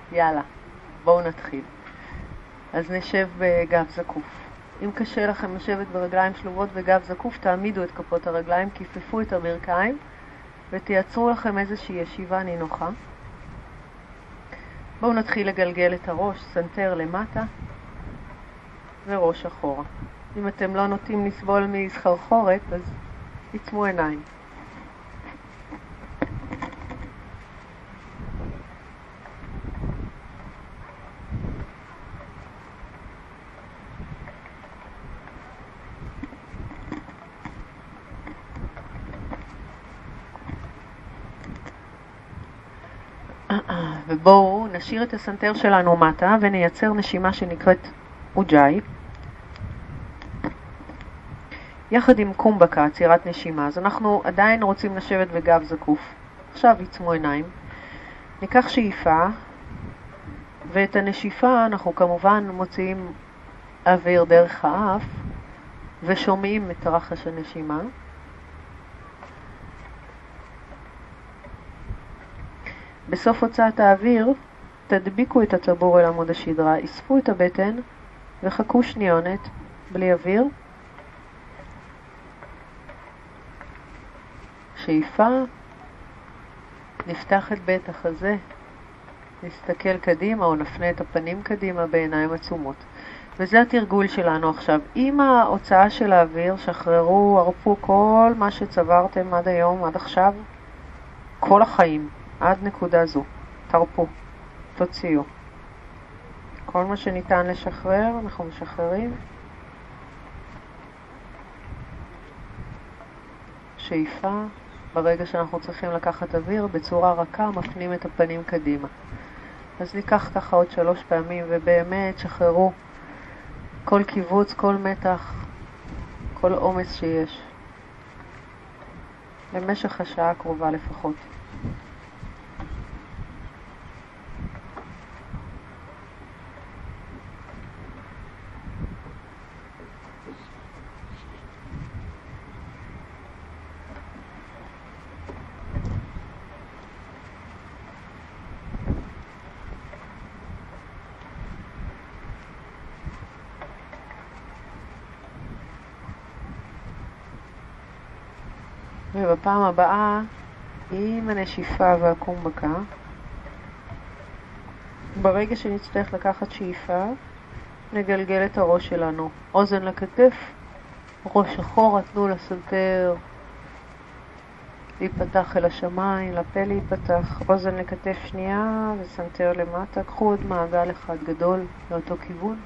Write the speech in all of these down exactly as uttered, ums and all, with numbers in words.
יאללה, בואו נתחיל. אז נשב בגב זקוף. אם קשה לכם לשבת ברגליים שלובות בגב זקוף, תעמידו את כפות הרגליים, כיפפו את הברכיים ותייצרו לכם איזושהי ישיבה נינוחה. בואו נתחיל לגלגל את הראש, סנטר למטה וראש אחורה. אם אתם לא נוטים לסבול מסחרחורת, אז תעצמו עיניים. ובואו נשאיר את הסנטר שלנו מטה ונייצר נשימה שנקראת אוג'אי. יחד עם קומבקה, עצירת נשימה. אז אנחנו עדיין רוצים לשבת בגב זקוף. עכשיו יצמו עיניים. ניקח שאיפה, ואת הנשיפה אנחנו כמובן מוציאים אוויר דרך האף, ושומעים את רחש הנשימה. בסוף הוצאת האוויר, תדביקו את הטבור אל עמוד השדרה, אספו את הבטן וחכו שניונת בלי אוויר. שאיפה, נפתח את בית החזה, נסתכל קדימה או נפנה את הפנים קדימה בעיניים עצומות. וזה התרגול שלנו עכשיו. עם ההוצאה של האוויר, שחררו, הרפו כל מה שצברתם עד היום, עד עכשיו, כל החיים. עד נקודה זו. תרפו. תוציאו. כל מה שניתן לשחרר, אנחנו משחררים. שאיפה. ברגע שאנחנו צריכים לקחת אוויר, בצורה רכה, מפנים את הפנים קדימה. אז ניקח ככה עוד שלוש פעמים, ובאמת שחררו כל קיבוץ, כל מתח, כל עומס שיש. למשך השעה הקרובה לפחות. ובפעם הבאה, עם הנשיפה והקומבקה, ברגע שנצטרך לקחת שאיפה, נגלגל את הראש שלנו. אוזן לכתף, ראש אחורה, תנו לסנטר להיפתח אל השמיים, לפה להיפתח, אוזן לכתף שנייה וסנטר למטה. קחו עוד מעגל אחד גדול לאותו כיוון.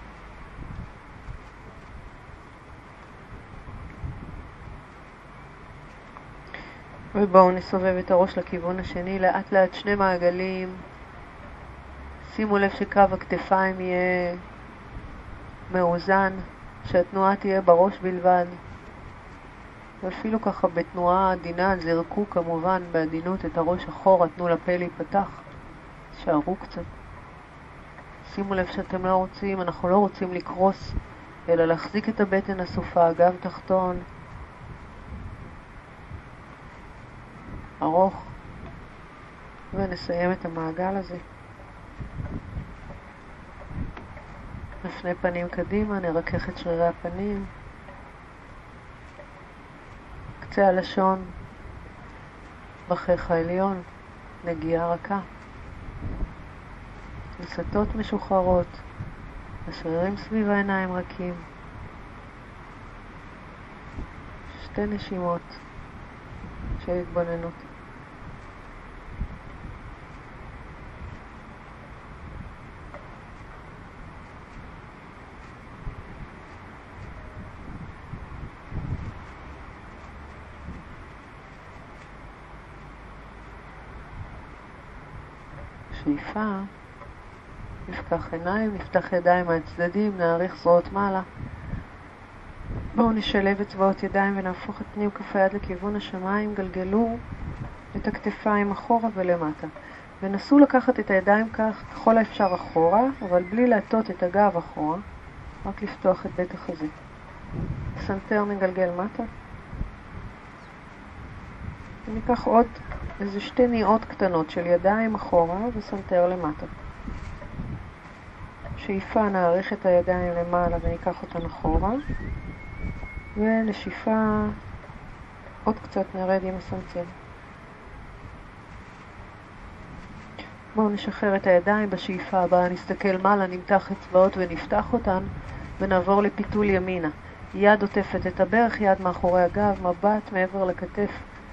ובואו נסובב את הראש לכיוון השני, לאט לאט שני מעגלים. שימו לב שקו הכתפיים יהיה מאוזן, שהתנועה תהיה בראש בלבד. ואפילו ככה בתנועה עדינה, זרקו כמובן בעדינות את הראש אחורה, תנו לפה להיפתח. שערו קצת. שימו לב שאתם לא רוצים, אנחנו לא רוצים לקרוס, אלא להחזיק את הבטן הסופה, גב תחתון. ארוך, ונסיים את המעגל הזה. נפנה פנים קדימה, נרכך את שרירי הפנים, קצה הלשון בחך העליון, נגיעה רכה, נסתות משוחררות, השרירים סביב העיניים רכים, שתי נשימות של התבוננות. שאיפה, נפתח עיניים, נפתח ידיים מהצדדים, נעריך זרועות מעלה. בואו נשלב אצבעות ידיים ונהפוך את פנים כף היד לכיוון השמיים, גלגלו את הכתפיים אחורה ולמטה. ונסו לקחת את הידיים כך ככל האפשר אחורה, אבל בלי להטות את הגב אחורה, רק לפתוח את בית החזה. סנטר נגלגל מטה. וניקח עוד איזה שתי ניעות קטנות של ידיים אחורה וסנטר למטה. שאיפה נאריך את הידיים למעלה וניקח אותן אחורה, ולשאיפה עוד קצת נרד עם הסנצל. בואו נשחרר את הידיים. בשאיפה הבאה נסתכל מעלה, נמתח אצבעות ונפתח אותן, ונעבור לפיתול ימינה. יד עוטפת את הברך, יד מאחורי הגב, מבט מעבר לכתף.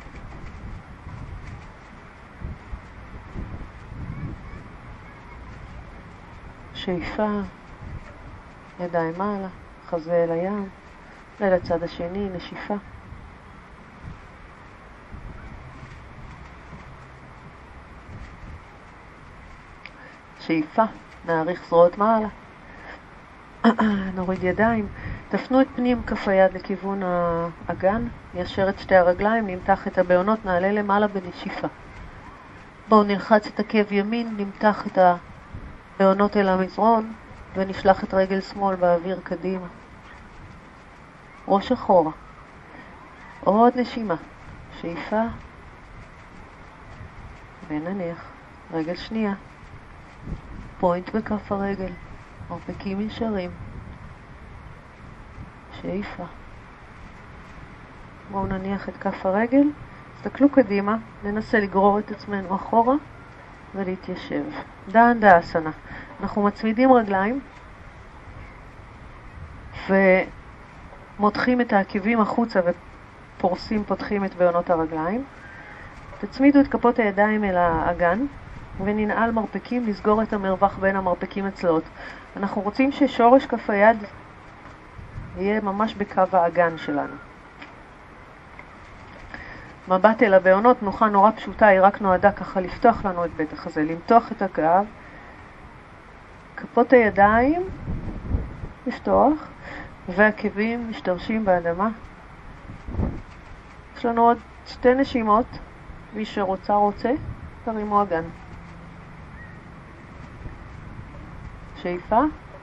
שאיפה, ידיים מעלה, חזה אל הים, ולצד השני, נשיפה. שאיפה, נאריך זרועות מעלה. נוריד ידיים, תפנו את פנים כף היד לכיוון האגן, ניישר את שתי הרגליים, נמתח את הבעונות, נעלה למעלה בנשיפה. בואו נלחץ את עקב ימין, נמתח את הבעונות אל המזרון, ונשלח את רגל שמאל באוויר קדימה. ראש אחורה. עוד נשימה. שאיפה. ונניח. רגל שנייה. פוינט בכף הרגל. מרפקים ישרים. שאיפה. בואו נניח את כף הרגל. תסתכלו קדימה. ננסה לגרור את עצמנו אחורה ולהתיישב. דאנדה אסנה. אנחנו מצמידים רגליים ומותחים את העקבים החוצה ופורסים, פותחים את בעונות הרגליים. תצמידו את כפות הידיים אל האגן וננעל מרפקים, לסגור את המרווח בין המרפקים הצלעות. אנחנו רוצים ששורש כף היד יהיה ממש בקו האגן שלנו. מבט אל הבעונות, תנוחה נורא פשוטה, היא רק נועדה ככה לפתוח לנו את בית החזה, למתוח את הגב, כפות הידיים, לפתוח, והעקבים משתרשים באדמה. יש לנו עוד שתי נשימות, מי שרוצה רוצה, תרימו אגן. שאיפה,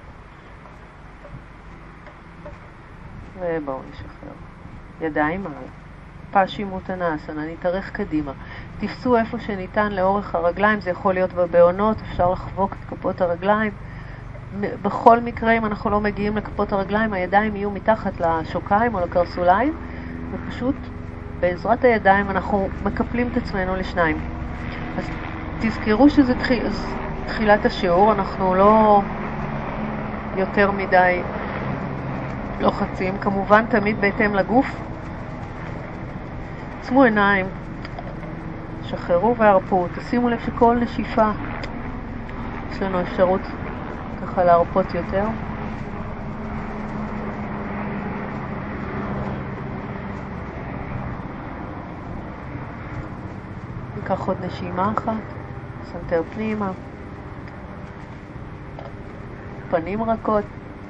ובואו נשחרר. ידיים מעלה. פשימוטנסנה, נתארך קדימה. תפסו איפה שניתן לאורך הרגליים, זה יכול להיות בבעונות, אפשר לחבוק את כפות הרגליים. בכל מקרה, אם אנחנו לא מגיעים לכפות הרגליים, הידיים יהיו מתחת לשוקיים או לקרסוליים, ופשוט בעזרת הידיים אנחנו מקפלים את עצמנו לשניים. אז תזכרו שזה תחיל, תחילת השיעור, אנחנו לא יותר מדי לוחצים, כמובן תמיד בהתאם לגוף. עצמו עיניים, שחררו והרפו, תשימו לב שכל נשיפה יש לנו אפשרות ככה להרפות יותר. ניקח עוד נשימה אחת, סנטר פנימה, פנים רכות.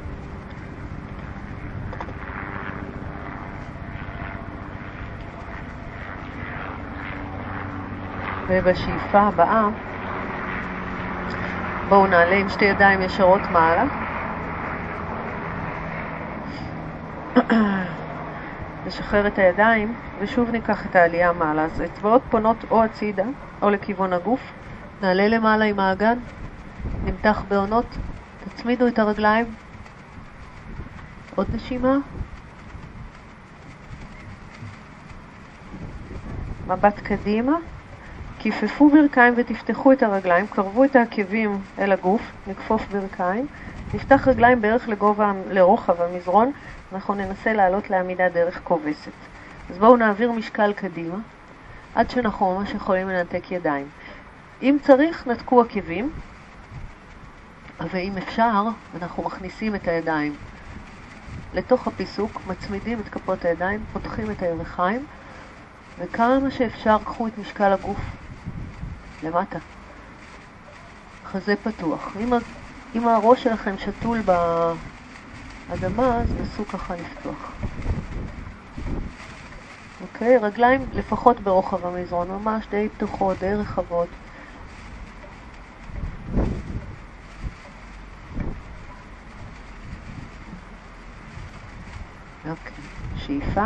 ובשאיפה הבאה בואו נעלה עם שתי ידיים ישרות מעלה. נשחרר את הידיים ושוב ניקח את העלייה מעלה. אז אצבעות פונות או הצידה או לכיוון הגוף. נעלה למעלה עם האגן, נמתח בעונות, תצמידו את הרגליים. עוד נשימה. מבט קדימה. כיפפו ברכיים ותפתחו את הרגליים, קרבו את העקבים אל הגוף, נכפוף ברכיים, נפתח רגליים בערך לגובה, לרוחב המזרון, אנחנו ננסה לעלות לעמידה דרך כובסת. אז בואו נעביר משקל קדימה, עד שאנחנו ממש יכולים לנתק ידיים. אם צריך, נתקו עקבים, ואם אפשר, אנחנו מכניסים את הידיים לתוך הפיסוק, מצמידים את כפות הידיים, פותחים את הירכיים, וכמה שאפשר קחו את משקל הגוף למטה. חזה פתוח. אם, אם הראש שלכם שתול באדמה, אז נסו ככה לפתוח. אוקיי, רגליים לפחות ברוחב המזרון, ממש די פתוחות, די רחבות. אוקיי, שאיפה.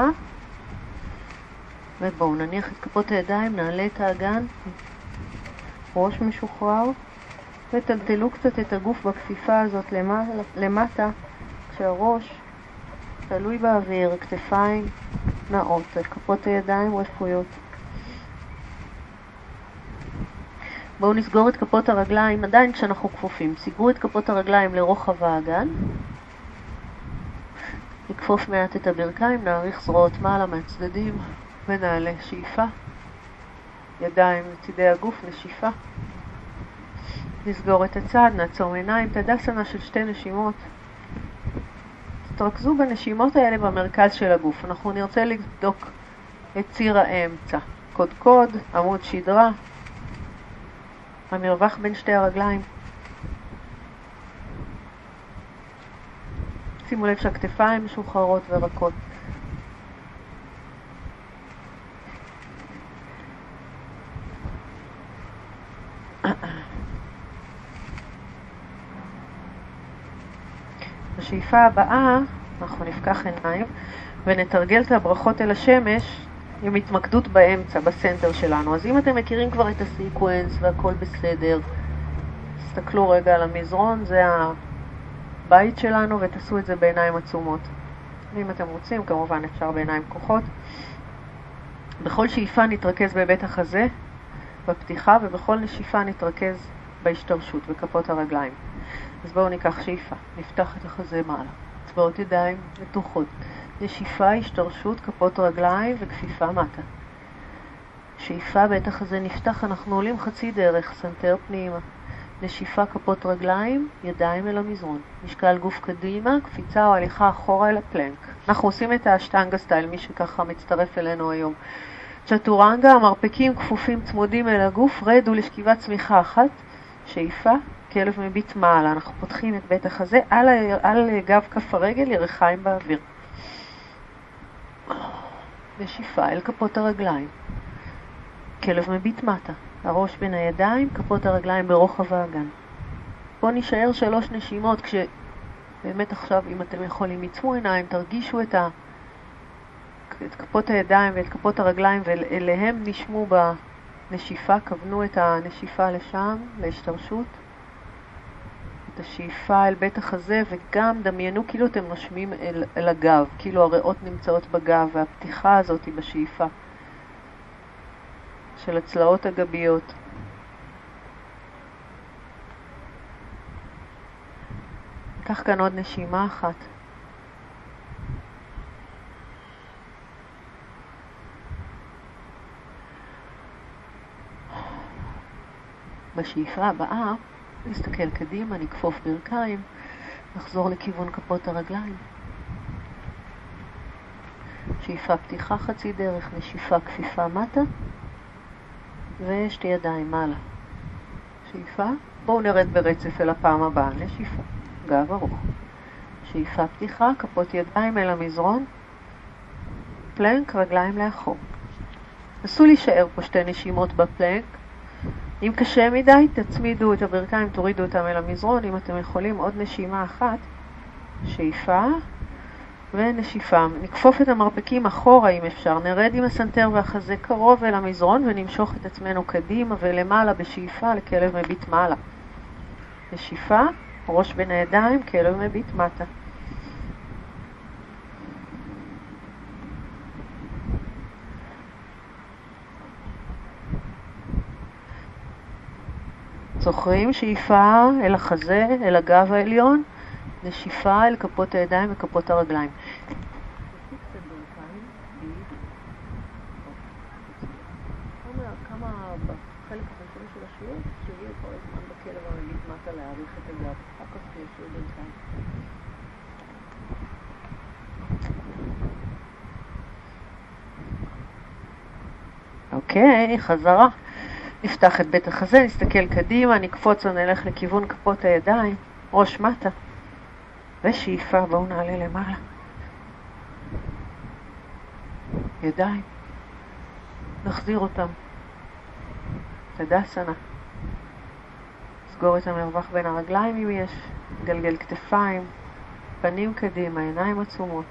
ובואו נניח את כפות הידיים, נעלה את האגן, ראש משוחרר, ותלתלו קצת את הגוף בכפיפה הזאת למטה, כשהראש תלוי באוויר, כתפיים נעות, כפות הידיים רפויות. בואו נסגור את כפות הרגליים, עדיין כשאנחנו כפופים. סגרו את כפות הרגליים לרוחב האגן. נכפוף מעט את הברכיים, נאריך זרועות מעלה מהצדדים ונעלה שאיפה. ידיים לצידי הגוף, נשיפה. נסגור את הצד, נעצום עיניים, תדסנה של שתי נשימות. תתרכזו בנשימות האלה במרכז של הגוף. אנחנו נרצה לבדוק את ציר האמצע. קודקוד, עמוד שדרה, המרווח בין שתי הרגליים. שימו לב שהכתפיים משוחררות ורקות. בשאיפה הבאה אנחנו נפקח עיניים ונתרגל את הברכות אל השמש עם התמקדות באמצע, בסנטר שלנו. אז אם אתם מכירים כבר את הסיקוונס והכל בסדר, תסתכלו רגע על המזרון, זה הבית שלנו, ותעשו את זה בעיניים עצומות. אם אתם רוצים, כמובן אפשר בעיניים פקוחות. בכל שאיפה נתרכז בבית החזה, בפתיחה, ובכל נשיפה נתרכז בהשתרשות, בכפות הרגליים. אז בואו ניקח שאיפה, נפתח את החזה מעלה, אצבעות ידיים מתוחות. נשיפה, השתרשות, כפות רגליים וכפיפה מטה. שאיפה, בית החזה נפתח, אנחנו עולים חצי דרך, סנטר פנימה. נשיפה, כפות רגליים, ידיים אל המזרון. משקל גוף קדימה, קפיצה או הליכה אחורה אל הפלנק. אנחנו עושים את האשטנגה סטייל, מי שככה מצטרף אלינו היום. צ'טורנגה, המרפקים כפופים צמודים אל הגוף, רדו לשכיבת צמיחה אחת. שאיפה, כלב מביט מעלה. אנחנו פותחים את בית החזה על, על גב כף הרגל, ירחיים באוויר. נשיפה אל כפות הרגליים. כלב מביט מטה. הראש בין הידיים, כפות הרגליים ברוחב האגן. בואו נשאר שלוש נשימות, כשבאמת עכשיו, אם אתם יכולים, עצמו עיניים, תרגישו את, ה... את כפות הידיים ואת כפות הרגליים, ואליהם נשמו בנשיפה, כוונו את הנשיפה לשם, להשתרשות. את השאיפה אל בית החזה, וגם דמיינו כאילו אתם נושמים אל, אל הגב, כאילו הריאות נמצאות בגב, והפתיחה הזאת היא בשאיפה של הצלעות הגביות. ניקח כאן עוד נשימה אחת. בשאיפה הבאה נסתכל קדימה, נכפוף ברכיים, נחזור לכיוון כפות הרגליים. שאיפה פתיחה חצי דרך, נשיפה כפיפה מטה, ושתי ידיים מעלה. שאיפה, בואו נרד ברצף אל הפעם הבאה, נשיפה, גב ארוך. שאיפה פתיחה, כפות ידיים אל המזרון, פלנק, רגליים לאחור. נסו להישאר פה שתי נשימות בפלנק. אם קשה מדי, תצמידו את הברכיים, תורידו אותם אל המזרון. אם אתם יכולים, עוד נשימה אחת. שאיפה ונשיפה. נכפוף את המרפקים אחורה אם אפשר. נרד עם הסנטר והחזה קרוב אל המזרון ונמשוך את עצמנו קדימה ולמעלה בשאיפה לכלב מביט מעלה. נשיפה, ראש בין הידיים, כלב מביט מטה. זוכרים? שאיפה אל החזה, אל הגב העליון, נשיפה אל כפות הידיים וכפות הרגליים. כמה בחלק הראשון של השיעור, שיהיה כל הזמן בכלב המביט מטה להאריך את הגב. אחר כך תהיה שיעור בינתיים. אוקיי, חזרה. נפתח את בית החזה, נסתכל קדימה, נקפוץ ונלך לכיוון כפות הידיים, ראש מטה, ושאיפה, בואו נעלה למעלה. ידיים, נחזיר אותם. תדסנה. סגור את המרווח בין הרגליים אם יש, גלגל כתפיים, פנים קדימה, עיניים עצומות.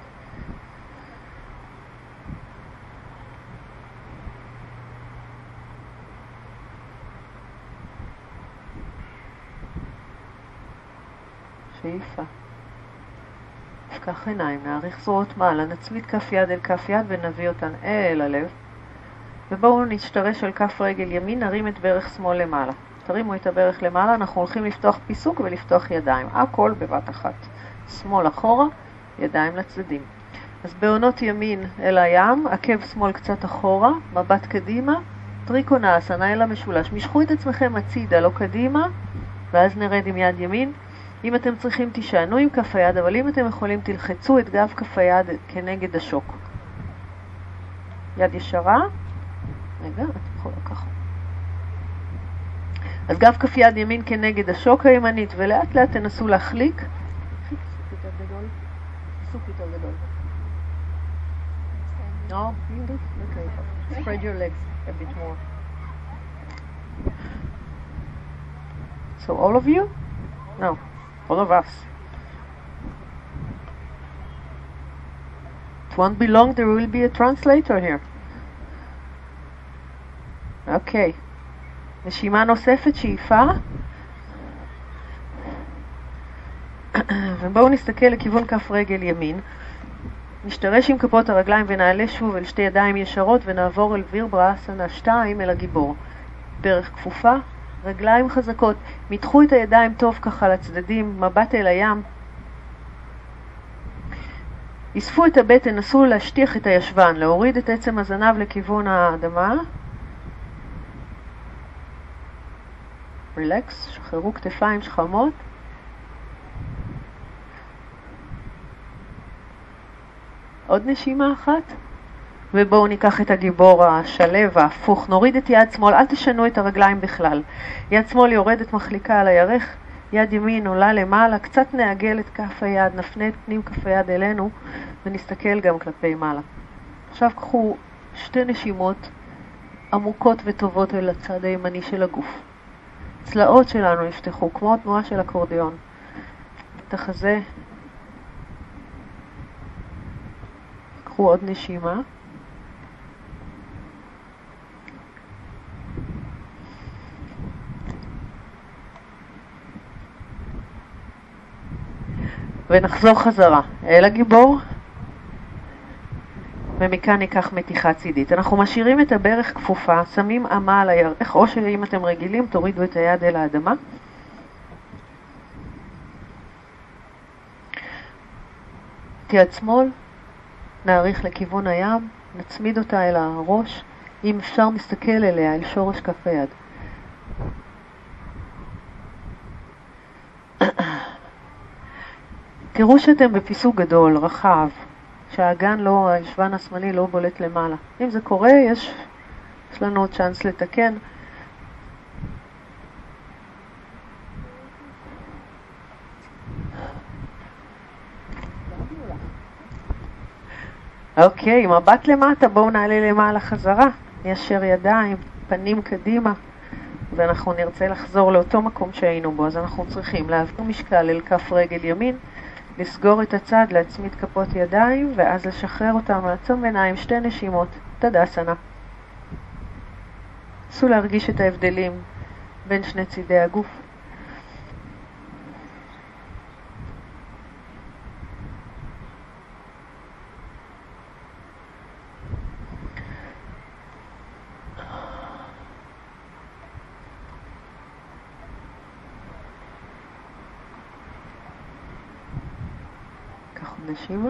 שאיפה. נפקח עיניים, נעריך זרועות מעלה, נצמיד כף יד אל כף יד ונביא אותן אל הלב. ובואו נשתרש על כף רגל ימין, נרים את ברך שמאל למעלה. תרימו את הברך למעלה, אנחנו הולכים לפתוח פיסוק ולפתוח ידיים. הכל בבת אחת. שמאל אחורה, ידיים לצדדים. אז בעונות ימין אל הים, עקב שמאל קצת אחורה, מבט קדימה, טריקונאסנה אל המשולש. משכו את עצמכם הצידה, לא קדימה, ואז נרד עם יד ימין. אם אתם צריכים תשענו עם כף היד, אבל אם אתם יכולים תלחצו את גב כף היד כנגד השוק. יד ישרה. רגע, אתם יכולים ככה. אז גב כף יד ימין כנגד השוק הימנית, ולאט לאט תנסו להחליק. פיסוק יותר גדול. פיסוק יותר גדול. No, okay. Spread your legs a bit more. So all of you? No, all of us. It won't be long, there will be a translator here. Okay. נשימה נוספת, שאיפה. ובואו נסתכל לכיוון כף רגל ימין. נשתרש עם כפות הרגליים ונעלה שוב אל שתי ידיים ישרות ונעבור אל וירברסנה שתיים אל הגיבור. ברך כפופה, רגליים חזקות. מתחו את הידיים טוב ככה לצדדים, מבט אל הים. אספו את הבטן, נסו להשטיח את הישבן, להוריד את עצם הזנב לכיוון האדמה. רילקס, שחררו כתפיים שכמות. עוד נשימה אחת. ובואו ניקח את הגיבור השלב, ההפוך. נוריד את יד שמאל, אל תשנו את הרגליים בכלל. יד שמאל יורדת מחליקה על הירך, יד ימין עולה למעלה, קצת נעגל את כף היד, נפנה את פנים כף היד אלינו, ונסתכל גם כלפי מעלה. עכשיו קחו שתי נשימות עמוקות וטובות אל הצד הימני של הגוף. צלעות שלנו יפתחו, כמו התנועה של אקורדיון. את החזה. קחו עוד נשימה. ונחזור חזרה אל הגיבור. ומכאן ניקח מתיחה צידית. אנחנו משאירים את הברך כפופה, שמים אמה על הירך, או שאם אתם רגילים תורידו את היד אל האדמה. יד שמאל, נעריך לכיוון הים, נצמיד אותה אל הראש, אם אפשר נסתכל אליה, אל שורש כף היד. תראו שאתם בפיסוק גדול, רחב, שהאגן לא, הישבן השמאלי לא בולט למעלה. אם זה קורה, יש, יש לנו עוד צ'אנס לתקן. אוקיי, מבט למטה, בואו נעלה למעלה חזרה, ניישר ידיים, פנים קדימה, ואנחנו נרצה לחזור לאותו מקום שהיינו בו, אז אנחנו צריכים להעביר משקל אל כף רגל ימין, לסגור את הצד, להצמיד כפות ידיים, ואז לשחרר אותם, לעצום ביניים, שתי נשימות, תדסנה. נסו להרגיש את ההבדלים בין שני צידי הגוף. נשימה.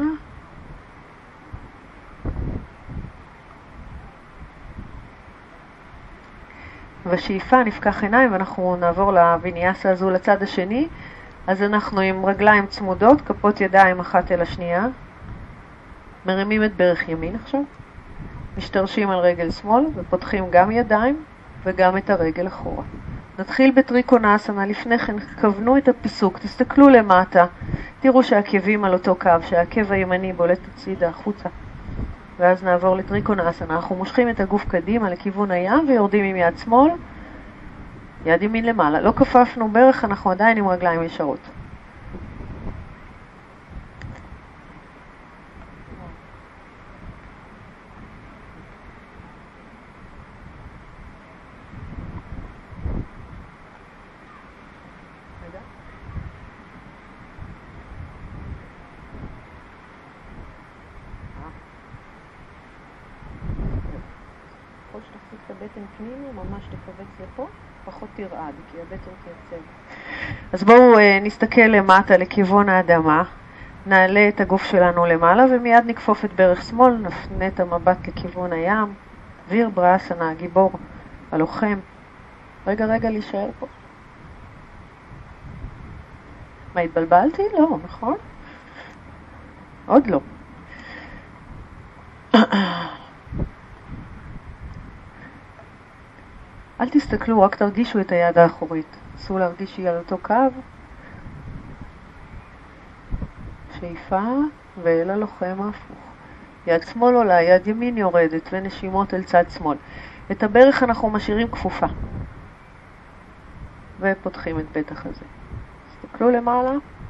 בשאיפה נפקח עיניים ואנחנו נעבור לוויניאסה הזו לצד השני. אז אנחנו עם רגליים צמודות, כפות ידיים אחת אל השנייה. מרימים את ברך ימין עכשיו. משתרשים על רגל שמאל ופותחים גם ידיים וגם את הרגל אחורה. נתחיל בטריקונאסנה, לפני כן כוונו את הפיסוק, תסתכלו למטה, תראו שהעקבים על אותו קו, שהעקב הימני בולט הצידה החוצה. ואז נעבור לטריקונאסנה, אנחנו מושכים את הגוף קדימה לכיוון הים ויורדים עם יד שמאל, יד ימין למעלה. לא כפפנו ברך, אנחנו עדיין עם רגליים ישרות. את הבטן פנימה, ממש לכווץ לפה, פחות תרעד, כי הבטן תייצב. אז בואו אה, נסתכל למטה לכיוון האדמה, נעלה את הגוף שלנו למעלה ומיד נקפוף את ברך שמאל, נפנה את המבט לכיוון הים, וירברסנה, הגיבור, הלוחם. רגע, רגע, להישאר פה. מה, התבלבלתי? לא, נכון? עוד לא. אל תסתכלו, רק תרגישו את היד האחורית. נסו להרגיש שהיא על אותו קו. שאיפה ואל הלוחם ההפוך. יד שמאל עולה, יד ימין יורדת ונשימות אל צד שמאל. את הברך אנחנו משאירים כפופה. ופותחים את פתח הזה. תסתכלו למעלה.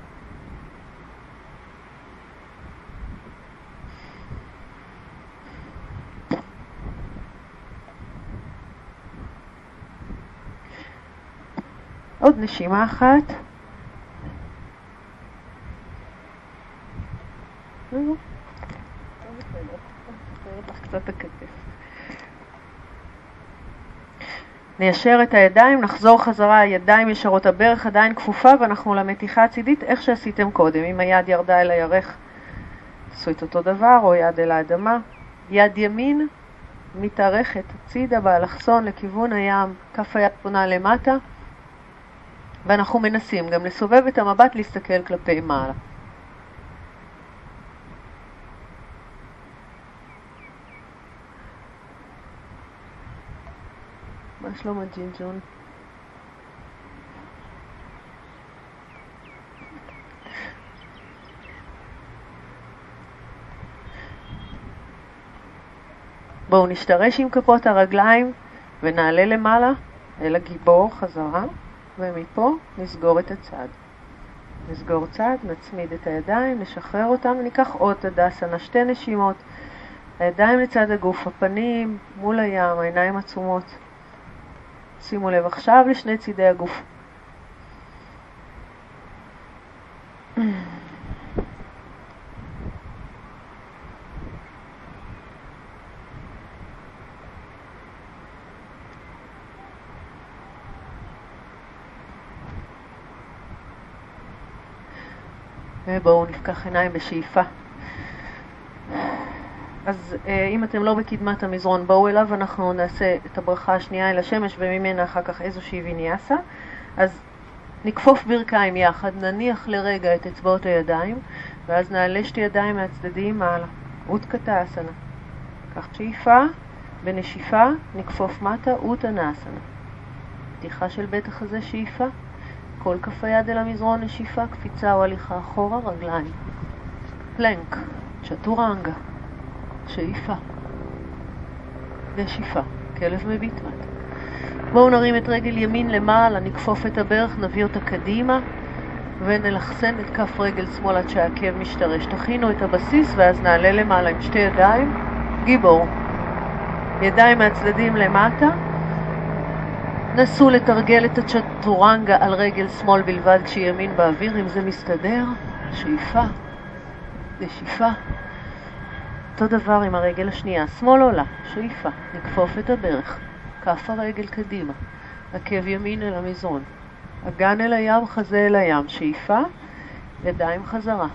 עוד נשימה אחת. קצת הכתף. ניישר את הידיים, נחזור חזרה, הידיים ישרות, הברך עדיין כפופה ואנחנו למתיחה הצידית איך שעשיתם קודם. אם היד ירדה אל הירך, עשו את אותו דבר, או יד אל האדמה. יד ימין מתארכת הצידה באלכסון לכיוון הים, כף היד פונה למטה. ואנחנו מנסים גם לסובב את המבט להסתכל כלפי מעלה. מה שלום הג'ינג'ון? בואו נשתרש עם כפות הרגליים ונעלה למעלה אל הגיבור חזרה. ומפה נסגור את הצד. נסגור צד, נצמיד את הידיים, נשחרר אותם וניקח עוד תדסנה, שתי נשימות. הידיים לצד הגוף, הפנים מול הים, העיניים עצומות. שימו לב עכשיו לשני צידי הגוף. ובואו נפקח עיניים בשאיפה. אז אם אתם לא בקדמת המזרון, בואו אליו, אנחנו נעשה את הברכה השנייה אל השמש וממנה אחר כך איזושהי ויניאסה. אז נקפוף ברכיים יחד, נניח לרגע את אצבעות הידיים, ואז נעלה שתי ידיים מהצדדים מעלה. אוטקטאסנה. כך שאיפה, בנשיפה נקפוף מטה, אוטנאסנה. פתיחה של בטח הזה שאיפה. כל כף היד אל המזרון, נשיפה, קפיצה או הליכה אחורה, רגליים. פלנק, צ'טורנגה, שאיפה. נשיפה, כלב מביט מטה. בואו נרים את רגל ימין למעלה, נקפוף את הברך, נביא אותה קדימה, ונלחסן את כף רגל שמאל עד שהעקב משתרש. תכינו את הבסיס ואז נעלה למעלה עם שתי ידיים, גיבור. ידיים מהצדדים למטה. נסו לתרגל את הצ'טורנגה על רגל שמאל בלבד כשימין באוויר, אם זה מסתדר. שאיפה, נשיפה. אותו דבר עם הרגל השנייה, שמאל עולה, שאיפה, נקפוף את הברך, כף הרגל קדימה, עקב ימין אל המזרון, אגן אל הים, חזה אל הים, שאיפה, ידיים חזרה.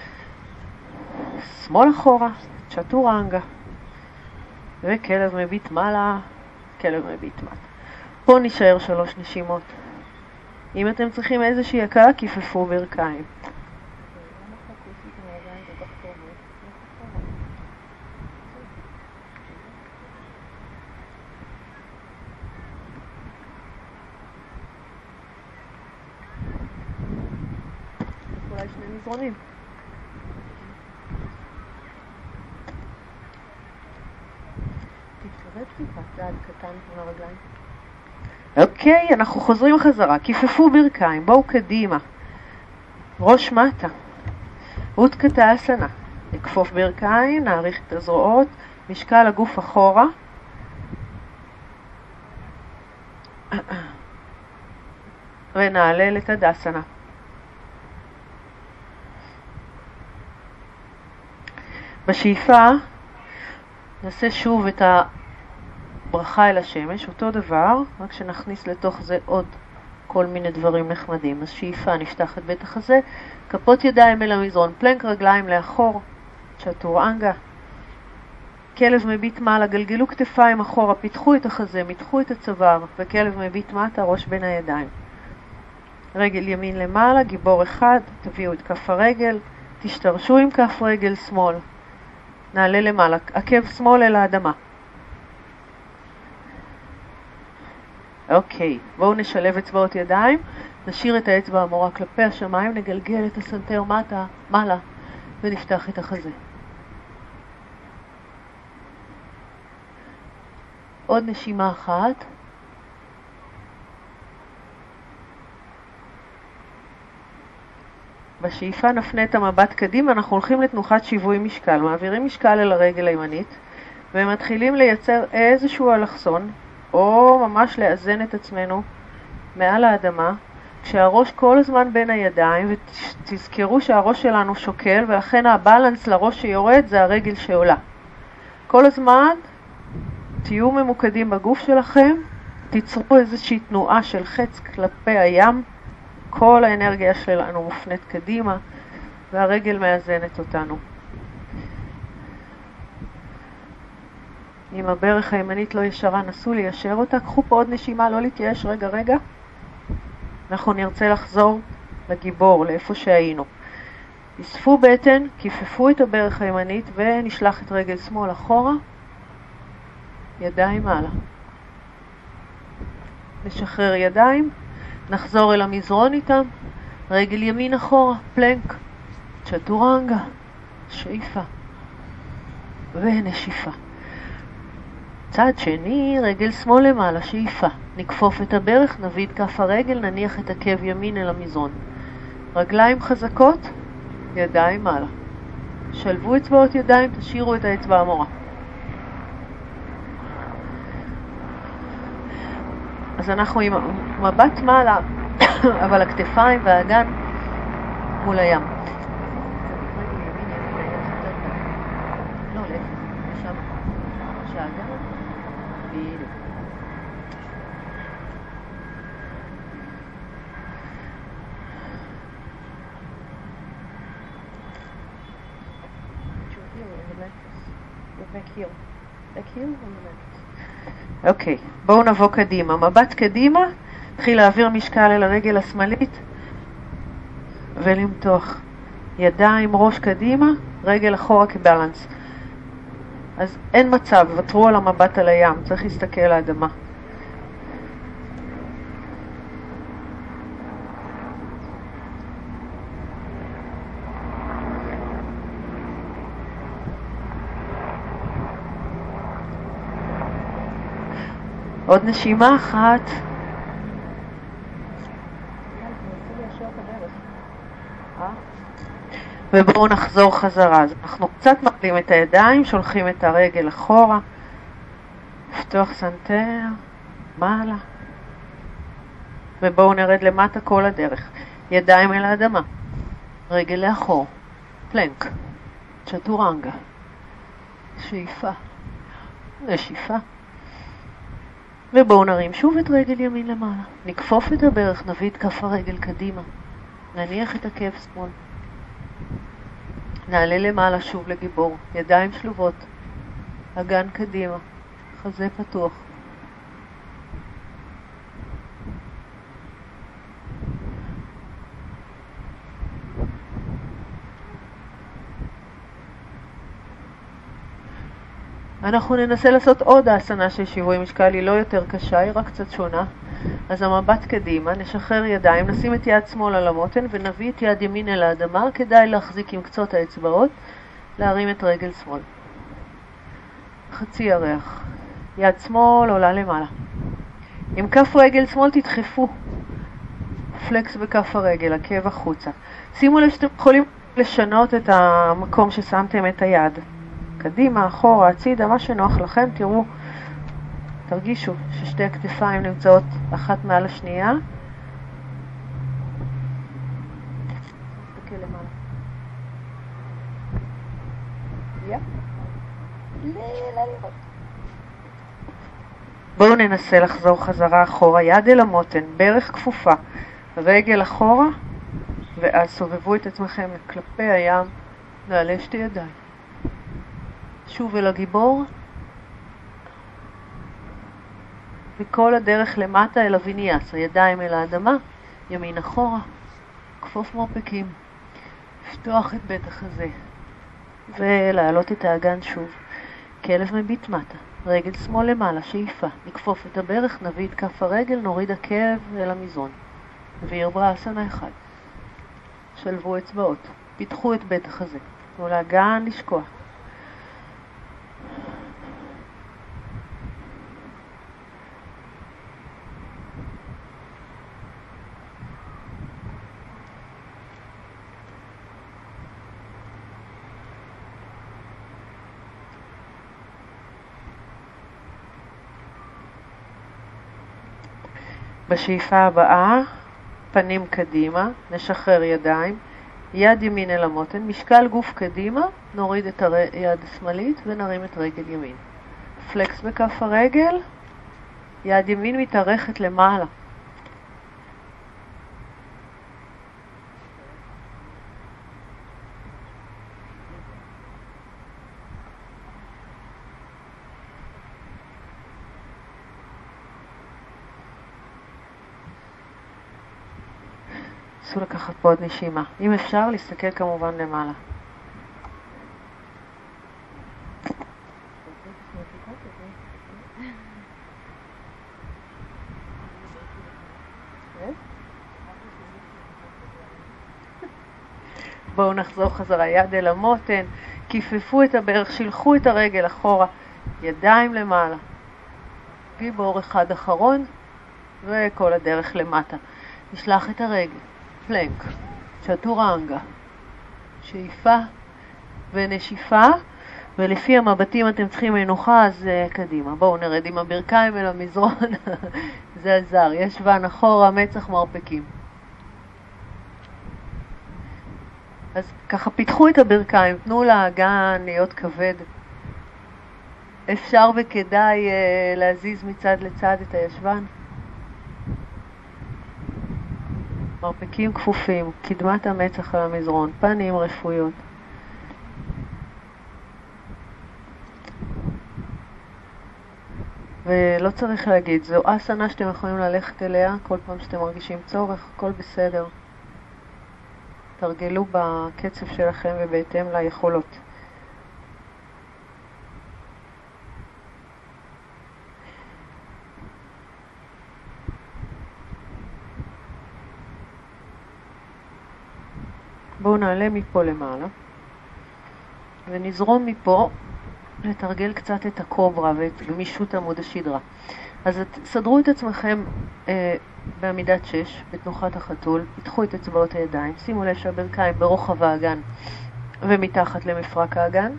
שמאל אחורה, צ'טורנגה, וכלב מביט מעלה, כלב מביט מטה. פה נשאר שלוש נשימות. אם אתם צריכים איזושהי הקלה, כיפפו ברכיים. אולי שני מזרונים. תתקרב טיפה, צעד קטן עם הרגליים. אוקיי, אנחנו חוזרים חזרה, כיפפו ברכיים, בואו קדימה, ראש מטה, אוטקטאסנה, נקפוף ברכיים, נעריך את הזרועות, משקל הגוף אחורה, ונעלה לתדסנה. בשאיפה נעשה שוב את ברכה אל השמש, אותו דבר, רק שנכניס לתוך זה עוד כל מיני דברים נחמדים. אז שאיפה, נפתח את בית החזה, כפות ידיים אל המזרון, פלנק רגליים לאחור, צ'טורנגה. כלב מביט מעלה, גלגלו כתפיים אחורה, פיתחו את החזה, מתחו את הצוואר, וכלב מביט מטה, ראש בין הידיים. רגל ימין למעלה, גיבור אחד, תביאו את כף הרגל, תשתרשו עם כף רגל שמאל, נעלה למעלה, עקב שמאל אל האדמה. אוקיי, בואו נשלב אצבעות ידיים, נשאיר את האצבע המורה כלפי השמיים, נגלגל את הסנטר מטה, מעלה, ונפתח את החזה. עוד נשימה אחת. בשאיפה נפנה את המבט קדימה, אנחנו הולכים לתנוחת שיווי משקל, מעבירים משקל אל הרגל הימנית, ומתחילים לייצר איזשהו אלכסון, או ממש לאזן את עצמנו מעל האדמה, כשהראש כל הזמן בין הידיים, ותזכרו שהראש שלנו שוקל, ולכן הבלנס לראש שיורד זה הרגל שעולה. כל הזמן תהיו ממוקדים בגוף שלכם, תיצרו איזושהי תנועה של חץ כלפי הים, כל האנרגיה שלנו מופנית קדימה, והרגל מאזנת אותנו. אם הברך הימנית לא ישרה, נסו ליישר אותה. קחו פה עוד נשימה, לא להתייאש, רגע, רגע. אנחנו נרצה לחזור לגיבור, לאיפה שהיינו. אספו בטן, כיפפו את הברך הימנית, ונשלח את רגל שמאל אחורה, ידיים מעלה. נשחרר ידיים, נחזור אל המזרון איתם, רגל ימין אחורה, פלנק, צ'טורנגה, שאיפה ונשיפה. צד שני, רגל שמאל למעלה, שאיפה. נכפוף את הברך, נביא את כף הרגל, נניח את עקב ימין אל המזרון. רגליים חזקות, ידיים מעלה. שלבו אצבעות ידיים, תשאירו את האצבע המורה. אז אנחנו עם מבט מעלה, אבל הכתפיים והאגן מול הים. לא, להפך, שם. שהאגן, בדיוק. אוקיי, בואו נבוא קדימה. מבט קדימה, תחיל להעביר משקל אל הרגל השמאלית ולמתוח. ידיים, ראש קדימה, רגל אחורה כבלנס. אז אין מצב, ותרו על המבט על הים, צריך להסתכל על האדמה. עוד נשימה אחת. ובואו נחזור חזרה. אז אנחנו קצת מעלים את הידיים, שולחים את הרגל אחורה, לפתוח סנטר, מעלה, ובואו נרד למטה כל הדרך. ידיים אל האדמה, רגל לאחור, פלנק, צ'טורנגה, שאיפה, נשיפה. ובואו נרים שוב את רגל ימין למעלה. נכפוף את הברך, נביא את כף הרגל קדימה. נניח את עקב שמאל. נעלה למעלה שוב לגיבור. ידיים שלובות. אגן קדימה. חזה פתוח. אנחנו ננסה לעשות עוד האסנה של שיווי משקל, היא לא יותר קשה, היא רק קצת שונה. אז המבט קדימה, נשחרר ידיים, נשים את יד שמאל על המותן ונביא את יד ימין אל האדמה, כדאי להחזיק עם קצות האצבעות, להרים את רגל שמאל. חצי ירח. יד שמאל עולה למעלה. עם כף רגל שמאל תדחפו. פלקס בכף הרגל, עקב החוצה. שימו לב שאתם יכולים לשנות את המקום ששמתם את היד. קדימה, אחורה, הצידה, מה שנוח לכם. תראו, תרגישו ששתי הכתפיים נמצאות אחת מעל השנייה. תסתכל למעלה. יא. לא, לא לראות. בואו ננסה לחזור חזרה אחורה, יד אל המותן, ברך כפופה, רגל אחורה, ואז סובבו את עצמכם כלפי הים, נעלה שתי ידיים. שוב אל הגיבור, וכל הדרך למטה אל הוויניאס, הידיים אל האדמה, ימין אחורה, כפוף מרפקים, לפתוח את בית החזה, ולהעלות את האגן שוב. כלב מביט מטה, רגל שמאל למעלה, שאיפה, נכפוף את הברך, נביא את כף הרגל, נוריד עקב אל המזרון. וירברה אסנה אחד. שלבו אצבעות, פיתחו את בית החזה, תנו לאגן לשקוע. בשאיפה הבאה, פנים קדימה, נשחרר ידיים, יד ימין אל המותן, משקל גוף קדימה, נוריד את היד השמאלית ונרים את רגל ימין. פלקס בכף הרגל, יד ימין מתארכת למעלה. נסו לקחת פה עוד נשימה. אם אפשר, להסתכל כמובן למעלה. בואו נחזור חזרה, יד אל המותן, כיפפו את הברך, שילחו את הרגל אחורה, ידיים למעלה. גיבור אחד אחרון, וכל הדרך למטה. נשלח את הרגל. פלנק, צ'טורנגה, שאיפה ונשיפה, ולפי המבטים אתם צריכים מנוחה, אז uh, קדימה. בואו נרד עם הברכיים אל המזרון, זה עזר, יש ון אחורה, מצח מרפקים. אז ככה פיתחו את הברכיים, תנו לאגן להיות כבד. אפשר וכדאי uh, להזיז מצד לצד את הישבן. מרפקים כפופים, קדמת המצח על המזרון, פנים רפויות. ולא צריך להגיד, זו אסנה שאתם יכולים ללכת אליה כל פעם שאתם מרגישים צורך, הכל בסדר. תרגלו בקצב שלכם ובהתאם ליכולות. בואו נעלה מפה למעלה, ונזרום מפה לתרגל קצת את הקוברה ואת גמישות עמוד השדרה. אז סדרו את עצמכם אה, בעמידת שש, בתנוחת החתול, פיתחו את אצבעות הידיים, שימו לב שהברכיים ברוחב האגן ומתחת למפרק האגן.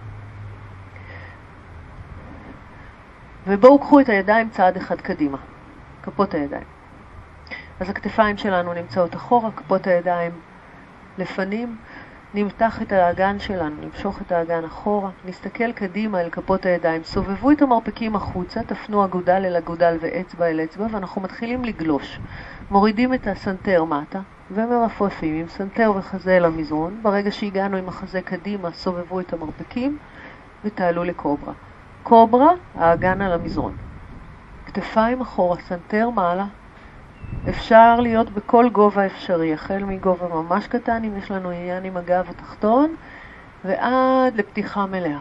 ובואו קחו את הידיים צעד אחד קדימה, כפות הידיים. אז הכתפיים שלנו נמצאות אחורה, כפות הידיים לפנים, נמתח את האגן שלנו, נמשוך את האגן אחורה, נסתכל קדימה אל כפות הידיים, סובבו את המרפקים החוצה, תפנו אגודל אל אגודל ואצבע אל אצבע, ואנחנו מתחילים לגלוש. מורידים את הסנטר מטה ומרפרפים עם סנטר וחזה אל המזרון. ברגע שהגענו עם החזה קדימה, סובבו את המרפקים ותעלו לקוברה. קוברה, האגן על המזרון. כתפיים אחורה, סנטר מעלה. אפשר להיות בכל גובה אפשרי, החל מגובה ממש קטן, אם יש לנו עניין עם הגב התחתון, ועד לפתיחה מלאה.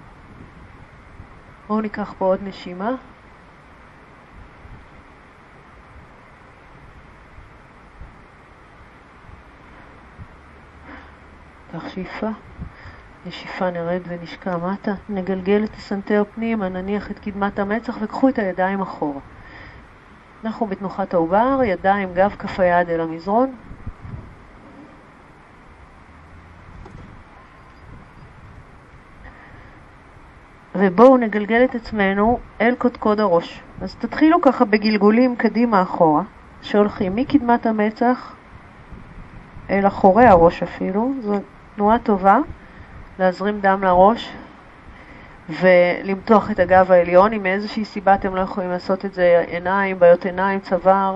בואו ניקח פה עוד נשימה. כך שאיפה, נשיפה, נרד ונשקע מטה, נגלגל את הסנטר פנימה, נניח את קדמת המצח וקחו את הידיים אחורה. אנחנו בתנוחת העובר, ידיים גב כף היד אל המזרון. ובואו נגלגל את עצמנו אל קודקוד הראש. אז תתחילו ככה בגלגולים קדימה אחורה, שהולכים מקדמת המצח אל אחורי הראש אפילו. זו תנועה טובה, להזרים דם לראש. ולמתוח את הגב העליון. אם מאיזושהי סיבה אתם לא יכולים לעשות את זה, עיניים, בעיות עיניים, צוואר,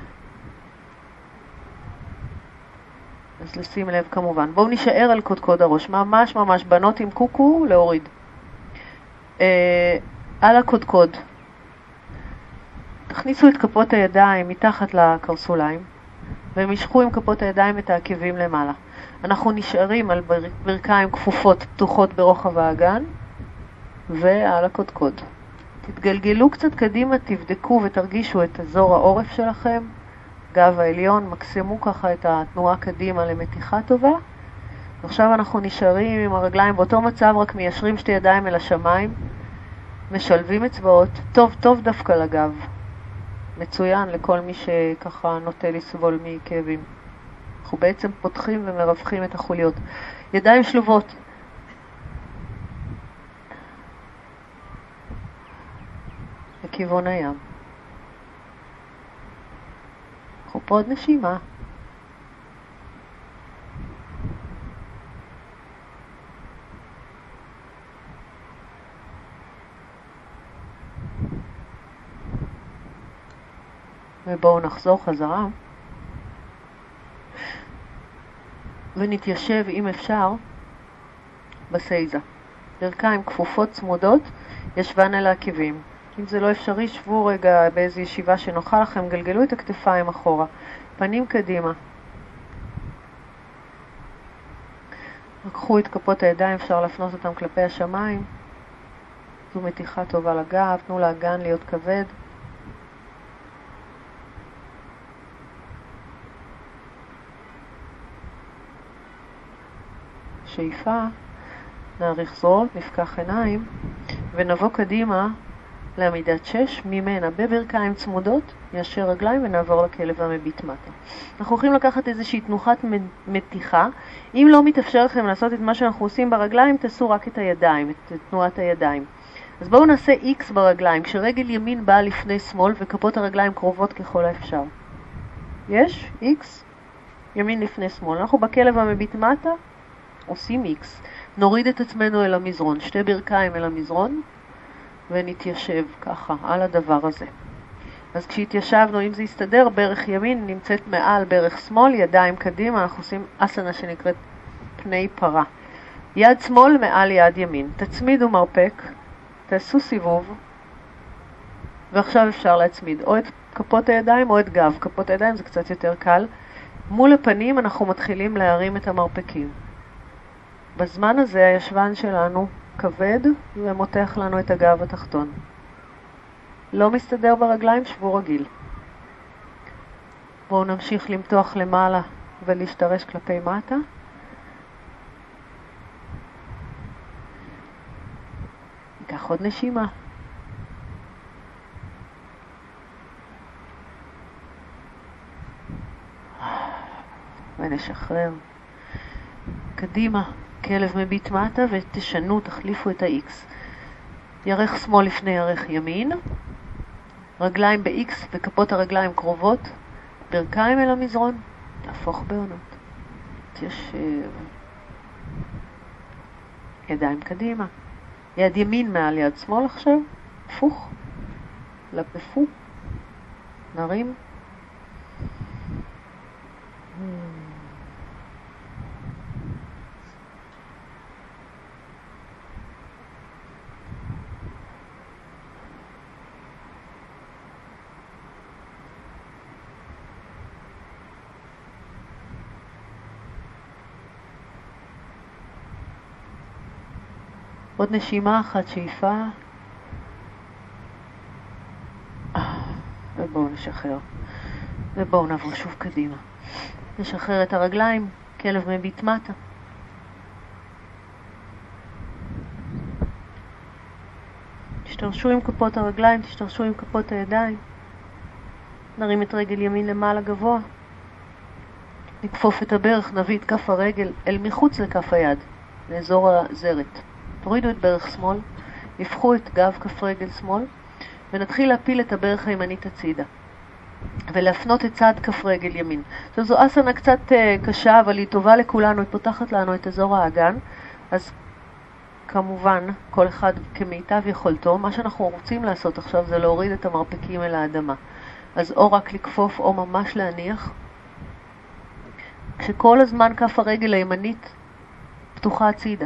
אז לשים לב כמובן. בואו נשאר על קודקוד הראש, ממש ממש בנות עם קוקו להוריד. אה, על הקודקוד, תכניסו את כפות הידיים מתחת לקרסוליים, ומשכו עם כפות הידיים את העקבים למעלה. אנחנו נשארים על בר... ברכיים כפופות פתוחות ברוחב האגן, ועל הקודקוד. תתגלגלו קצת קדימה, תבדקו ותרגישו את אזור העורף שלכם, גב העליון, מקסימו ככה את התנועה קדימה למתיחה טובה. עכשיו אנחנו נשארים עם הרגליים באותו מצב, רק מיישרים שתי ידיים אל השמיים, משלבים אצבעות, טוב טוב דווקא לגב. מצוין לכל מי שככה נוטה לסבול מכאבים. אנחנו בעצם פותחים ומרווחים את החוליות. ידיים שלובות. לכיוון הים. קחו פה עוד נשימה. ובואו נחזור חזרה. ונתיישב אם אפשר בסייזה. ברכיים כפופות צמודות, ישבן אל העקבים. אם זה לא אפשרי, שבו רגע באיזו ישיבה שנוחה לכם, גלגלו את הכתפיים אחורה, פנים קדימה. לקחו את כפות הידיים, אפשר להפנות אותם כלפי השמיים. זו מתיחה טובה לגב, תנו לאגן להיות כבד. שאיפה, נאריך זרועות, נפקח עיניים, ונבוא קדימה לעמידת שש, ממנה בברכיים צמודות, ישר רגליים ונעבור לכלב המביט מטה. אנחנו הולכים לקחת איזושהי תנוחת מתיחה. אם לא מתאפשר לכם לעשות את מה שאנחנו עושים ברגליים, תעשו רק את הידיים, את תנועת הידיים. אז בואו נעשה X ברגליים, כשרגל ימין באה לפני שמאל וכפות הרגליים קרובות ככל האפשר. יש? X, ימין לפני שמאל. אנחנו בכלב המביט מטה, עושים X. נוריד את עצמנו אל המזרון, שתי ברכיים אל המזרון, ונתיישב ככה על הדבר הזה. אז כשהתיישבנו, אם זה יסתדר, ברך ימין נמצאת מעל ברך שמאל, ידיים קדימה, אנחנו עושים אסנה שנקראת פני פרה. יד שמאל מעל יד ימין. תצמידו מרפק, תעשו סיבוב, ועכשיו אפשר להצמיד או את כפות הידיים או את גב. כפות הידיים זה קצת יותר קל. מול הפנים אנחנו מתחילים להרים את המרפקים. בזמן הזה הישבן שלנו כבד ומותח לנו את הגב התחתון. לא מסתדר ברגליים, שבו רגיל. בואו נמשיך למתוח למעלה ולהשתרש כלפי מטה. ניקח עוד נשימה. ונשחרר. קדימה. כלב מביט מטה ותשנו, תחליפו את ה-X. ירך שמאל לפני ירך ימין. רגליים ב-X וכפות הרגליים קרובות. ברכיים אל המזרון. תהפוך בעונות. תיישב. ידיים קדימה. יד ימין מעל יד שמאל עכשיו. הפוך. לפפו. נרים. עוד נשימה אחת, שאיפה. ובואו נשחרר. ובואו נעבור שוב קדימה. נשחרר את הרגליים, כלב מביט מטה. תשתרשו עם כפות הרגליים, תשתרשו עם כפות הידיים. נרים את רגל ימין למעלה גבוה. נכפוף את הברך, נביא את כף הרגל אל מחוץ לכף היד, לאזור הזרת. תורידו את ברך שמאל, נפחו את גב כף רגל שמאל, ונתחיל להפיל את הברך הימנית הצידה. ולהפנות את צד כף רגל ימין. עכשיו זו אסנה קצת uh, קשה, אבל היא טובה לכולנו, היא פותחת לנו את אזור האגן. אז כמובן, כל אחד כמיטב יכולתו. מה שאנחנו רוצים לעשות עכשיו זה להוריד את המרפקים אל האדמה. אז או רק לקפוף או ממש להניח. כשכל הזמן כף הרגל הימנית פתוחה הצידה.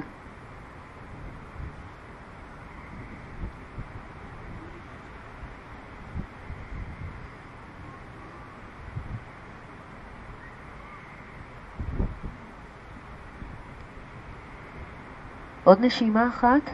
עוד נשימה אחת.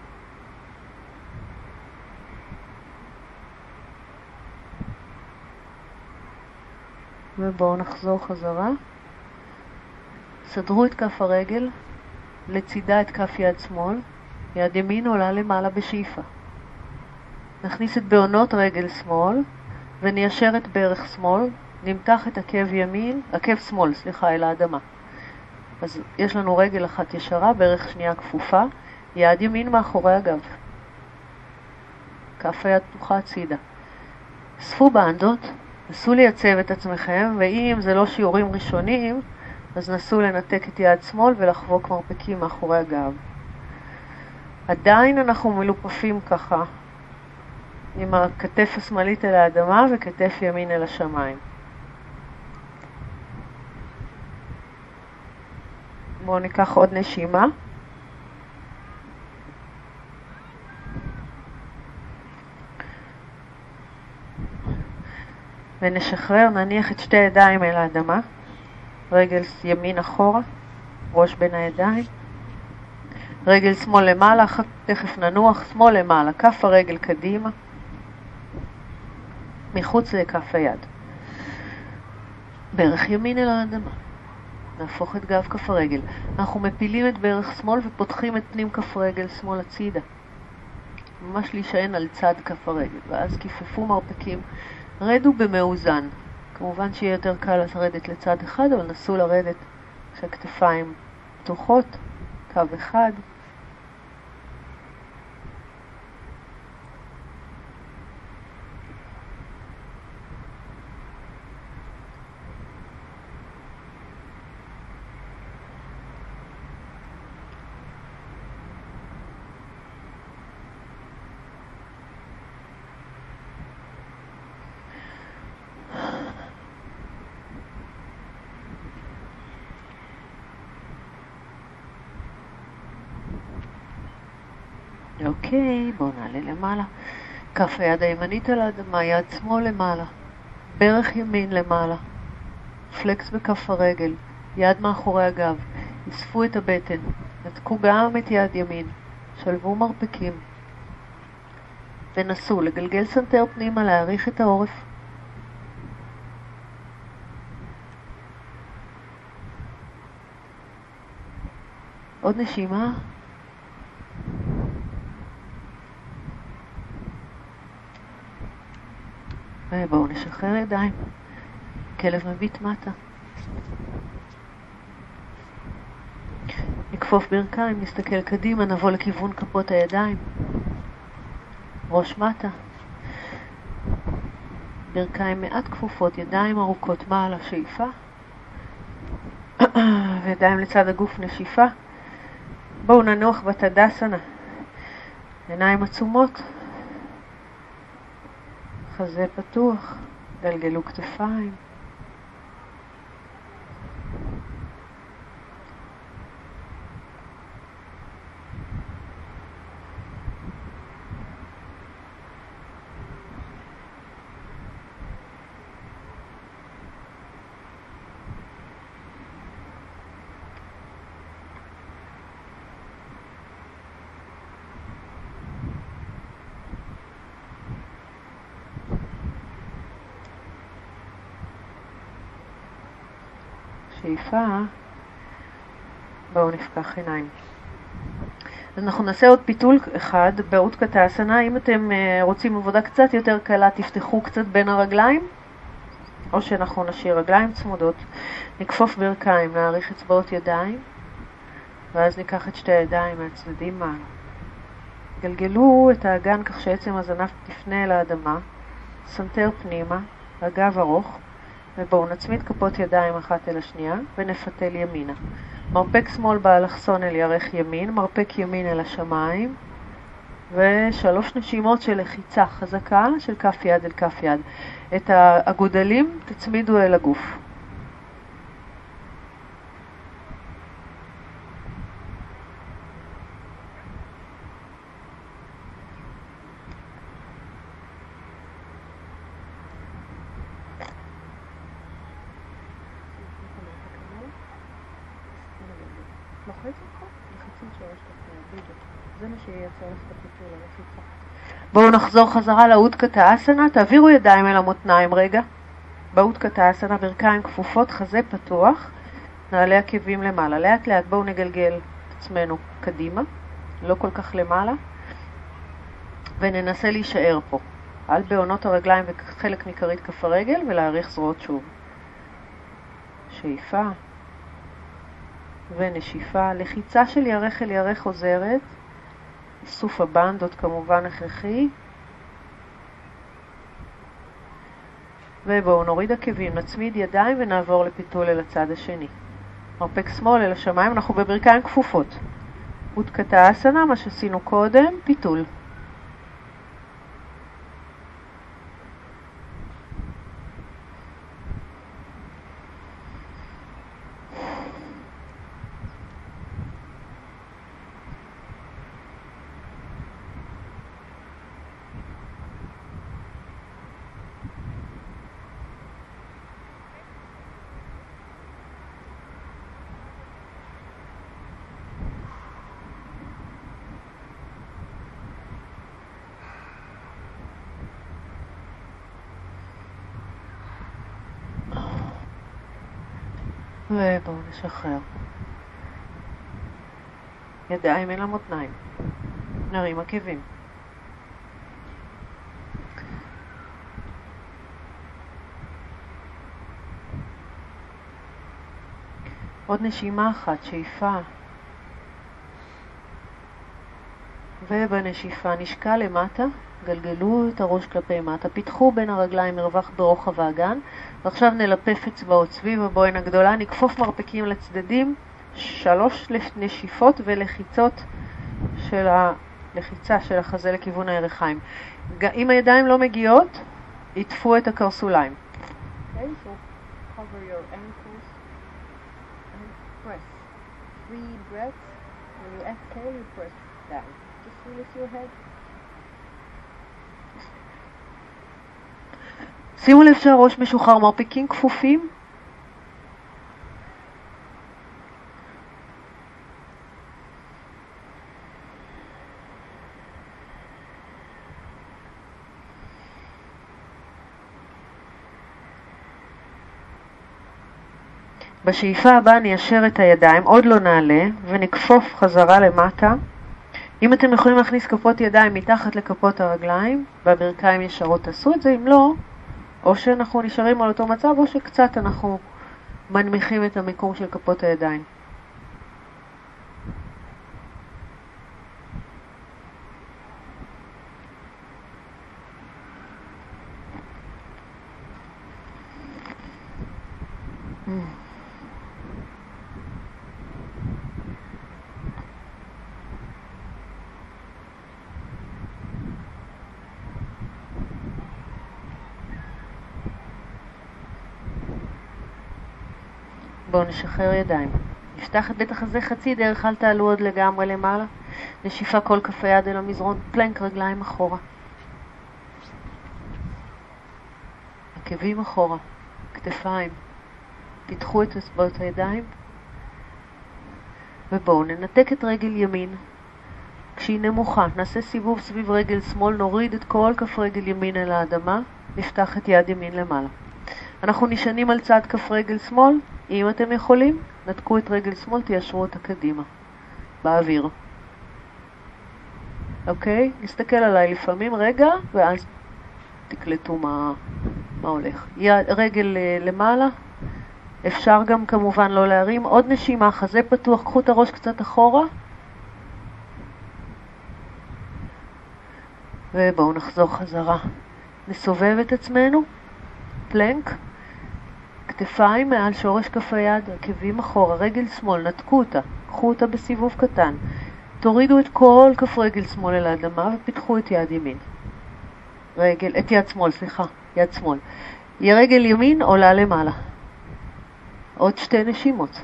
ובואו נחזור חזרה. סדרו את כף הרגל, לצידה את כף יד שמאל, יד ימין עולה למעלה בשאיפה. נכניס את בעונות רגל שמאל, וניישר את ברך שמאל, נמתח את עקב ימין, עקב שמאל, סליחה, אל האדמה. אז יש לנו רגל אחת ישרה, ברך שנייה כפופה, יד ימין מאחורי הגב. כף היד פתוחה הצידה. אספו בענדות, נסו לייצב את עצמכם, ואם זה לא שיעורים ראשונים, אז נסו לנתק את יד שמאל ולחבוק מרפקים מאחורי הגב. עדיין אנחנו מלופפים ככה, עם הכתף השמאלית אל האדמה וכתף ימין אל השמיים. בואו ניקח עוד נשימה. ונשחרר, נניח את שתי ידיים אל האדמה. רגל ימין אחורה, ראש בין הידיים. רגל שמאל למעלה, תכף ננוח, שמאל למעלה, כף הרגל קדימה. מחוץ לכף היד. ברך ימין אל האדמה. נהפוך את גב כף הרגל. אנחנו מפילים את ברך שמאל ופותחים את פנים כף רגל שמאל הצידה. ממש להישען על צד כף הרגל. ואז כיפפו מרפקים. רדו במאוזן. כמובן שיהיה יותר קל לרדת לצד אחד, אבל נסו לרדת כשהכתפיים פתוחות, קו אחד. אוקיי, בואו נעלה למעלה. כף היד הימנית על האדמה, יד שמאל למעלה. ברך ימין למעלה. פלקס בכף הרגל, יד מאחורי הגב. אספו את הבטן, נתקו גם את יד ימין. שלבו מרפקים. ונסו לגלגל סנטר פנימה, להאריך את העורף. עוד נשימה. ובואו נשחרר ידיים. כלב מביט מטה. נכפוף ברכיים, נסתכל קדימה, נבוא לכיוון כפות הידיים. ראש מטה. ברכיים מעט כפופות, ידיים ארוכות מעלה, שאיפה. וידיים לצד הגוף, נשיפה. בואו ננוח בתדסנה. עיניים עצומות. חזה פתוח, גלגלו כתפיים. שאיפה. בואו נפקח עיניים. אז אנחנו נעשה עוד פיתול אחד באותקטאסנה. אם אתם רוצים עבודה קצת יותר קלה, תפתחו קצת בין הרגליים, או שאנחנו נשאיר רגליים צמודות. נכפוף ברכיים, נאריך אצבעות ידיים, ואז ניקח את שתי הידיים מהצדדים מעלה. גלגלו את האגן כך שעצם הזנב תפנה אל האדמה, סנטר פנימה, הגב ארוך, ובואו נצמיד כפות ידיים אחת אל השנייה ונפתל ימינה. מרפק שמאל באלכסון אל ירך ימין, מרפק ימין אל השמיים, ושלוש נשימות של לחיצה חזקה של כף יד אל כף יד. את הגודלים תצמידו אל הגוף. בואו נחזור חזרה לאודקה אסנה, תעבירו ידיים אל המותניים רגע. באודקה אסנה ברכיים כפופות, חזה פתוח, נעלה עקבים למעלה. לאט לאט בואו נגלגל את עצמנו קדימה, לא כל כך למעלה, וננסה להישאר פה, על בעונות הרגליים וחלק מכרית כף הרגל, ולהאריך זרועות שוב. שאיפה ונשיפה, לחיצה של ירך אל ירך עוזרת, איסוף הבנדות כמובן הכרחי, ובואו נוריד עקבים, נצמיד ידיים ונעבור לפיתול אל הצד השני. מרפק שמאל אל השמיים, אנחנו בברכיים כפופות. אודקה אסנה, מה שעשינו קודם, פיתול. ובואו נשחרר. ידיים אל המותניים. נרים עקבים. עוד נשימה אחת, שאיפה. ובנשיפה נשקע למטה, גלגלו את הראש כלפי מטה, פיתחו בין הרגליים מרווח ברוחב האגן, ועכשיו נלפף אצבעות סביב הבוהן הגדולה, נקפוף מרפקים לצדדים, שלוש נשיפות ולחיצות של הלחיצה של החזה לכיוון הירכיים. אם הידיים לא מגיעות, יטפו את הקרסוליים. Okay, so cover your ankles and press. Three breaths. When you exhale, you press down. Just release your head. שימו לב שהראש משוחרר, מרפקים כפופים. בשאיפה הבאה ניישר את הידיים, עוד לא נעלה, ונקפוף חזרה למטה. אם אתם יכולים להכניס כפות ידיים מתחת לכפות הרגליים, והברכיים ישרות, תעשו את זה. אם לא, או שאנחנו נשארים על אותו מצב, או שקצת אנחנו מנמיכים את המיקום של כפות הידיים. בואו נשחרר ידיים. נפתח את בית החזה חצי דרך, אל תעלו עוד לגמרי למעלה. נשיפה כל כף היד אל המזרון, פלנק רגליים אחורה. עקבים אחורה, כתפיים. פיתחו את אצבעות הידיים. ובואו ננתק את רגל ימין. כשהיא נמוכה, נעשה סיבוב סביב רגל שמאל, נוריד את כל כף רגל ימין אל האדמה, נפתח את יד ימין למעלה. אנחנו נשענים על צד כף רגל שמאל, אם אתם יכולים, נתקו את רגל שמאל, תיישרו אותה קדימה, באוויר. אוקיי? נסתכל עליי לפעמים רגע, ואז תקלטו מה, מה הולך. יד, רגל למעלה, אפשר גם כמובן לא להרים. עוד נשימה, חזה פתוח, קחו את הראש קצת אחורה. ובואו נחזור חזרה. נסובב את עצמנו, פלנק. כתפיים מעל שורש כף היד, עקבים אחורה, רגל שמאל, נתקו אותה, קחו אותה בסיבוב קטן. תורידו את כל כף רגל שמאל אל האדמה ופיתחו את יד ימין. רגל, את יד שמאל, סליחה, יד שמאל. רגל ימין עולה למעלה. עוד שתי נשימות.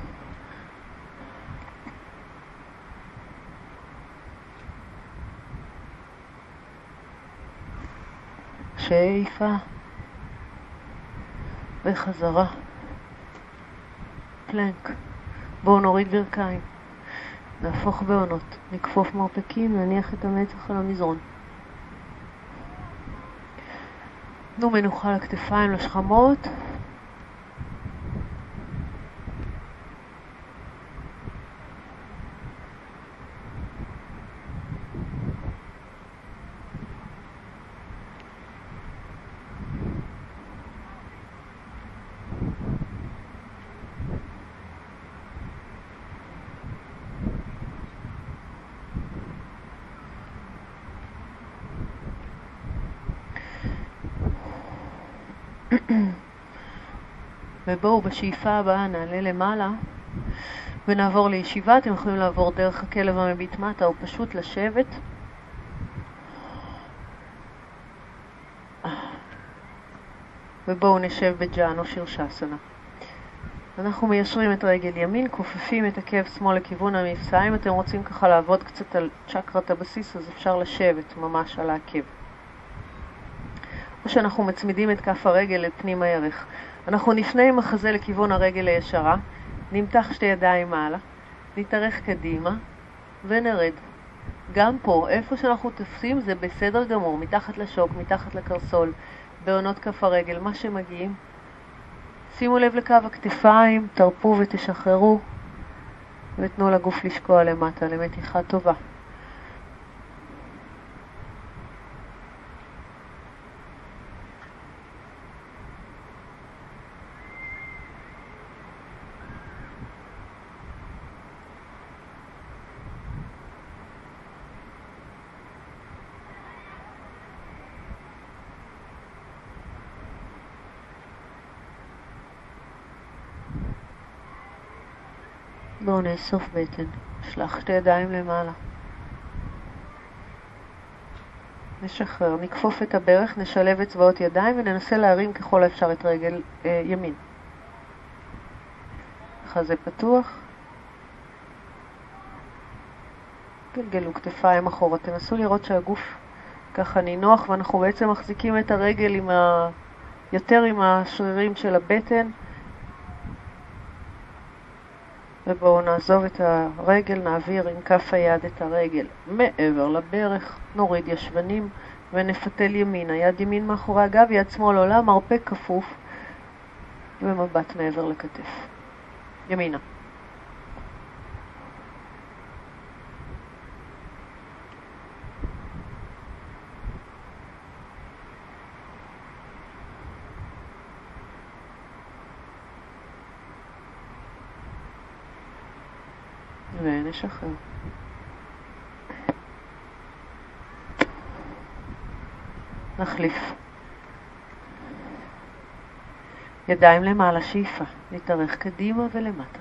שאיפה. וחזרה. פלנק. בואו נוריד ברכיים. נהפוך בעונות. נכפוף מרפקים, נניח את המצח על המזרון. תנו מנוחה לכתפיים, לשכמות. ובואו בשאיפה הבאה נעלה למעלה ונעבור לישיבה. אתם יכולים לעבור דרך הכלב המביט מטה או פשוט לשבת. ובואו נשב בג'אן או שירשסנה. אנחנו מיישרים את רגל ימין, כופפים את עקב שמאל לכיוון המפסע. אם אתם רוצים ככה לעבוד קצת על צ'קרת הבסיס, אז אפשר לשבת ממש על העקב. או שאנחנו מצמידים את כף הרגל לפנים הערך. אנחנו נפנה עם החזה לכיוון הרגל הישרה, נמתח שתי ידיים מעלה, נתארך קדימה ונרד. גם פה, איפה שאנחנו תופסים זה בסדר גמור, מתחת לשוק, מתחת לקרסול, בעונות כף הרגל, מה שמגיעים. שימו לב לקו הכתפיים, תרפו ותשחררו, ותנו לגוף לשקוע למטה, למתיחה טובה. בואו נאסוף בטן, שלח שתי ידיים למעלה. נשחרר, נכפוף את הברך, נשלב אצבעות ידיים וננסה להרים ככל האפשר את רגל אה, ימין. חזה פתוח. גלגלו כתפיים אחורה, תנסו לראות שהגוף ככה נינוח, ואנחנו בעצם מחזיקים את הרגל עם ה... יותר עם השרירים של הבטן. ובואו נעזוב את הרגל, נעביר עם כף היד את הרגל מעבר לברך, נוריד ישבנים ונפתל ימינה, יד ימין מאחורי הגב, יד שמאל עולה, מרפק כפוף ומבט מעבר לכתף. ימינה. ונשחרר. נחליף. ידיים למעלה, שאיפה. נתארך קדימה ולמטה.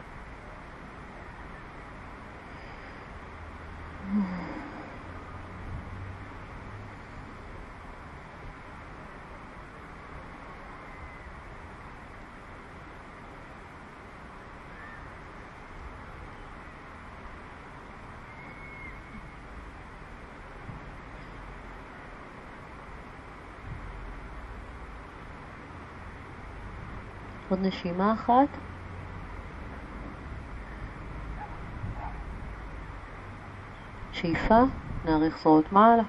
עוד נשימה אחת. שאיפה, נאריך זרועות מעלה.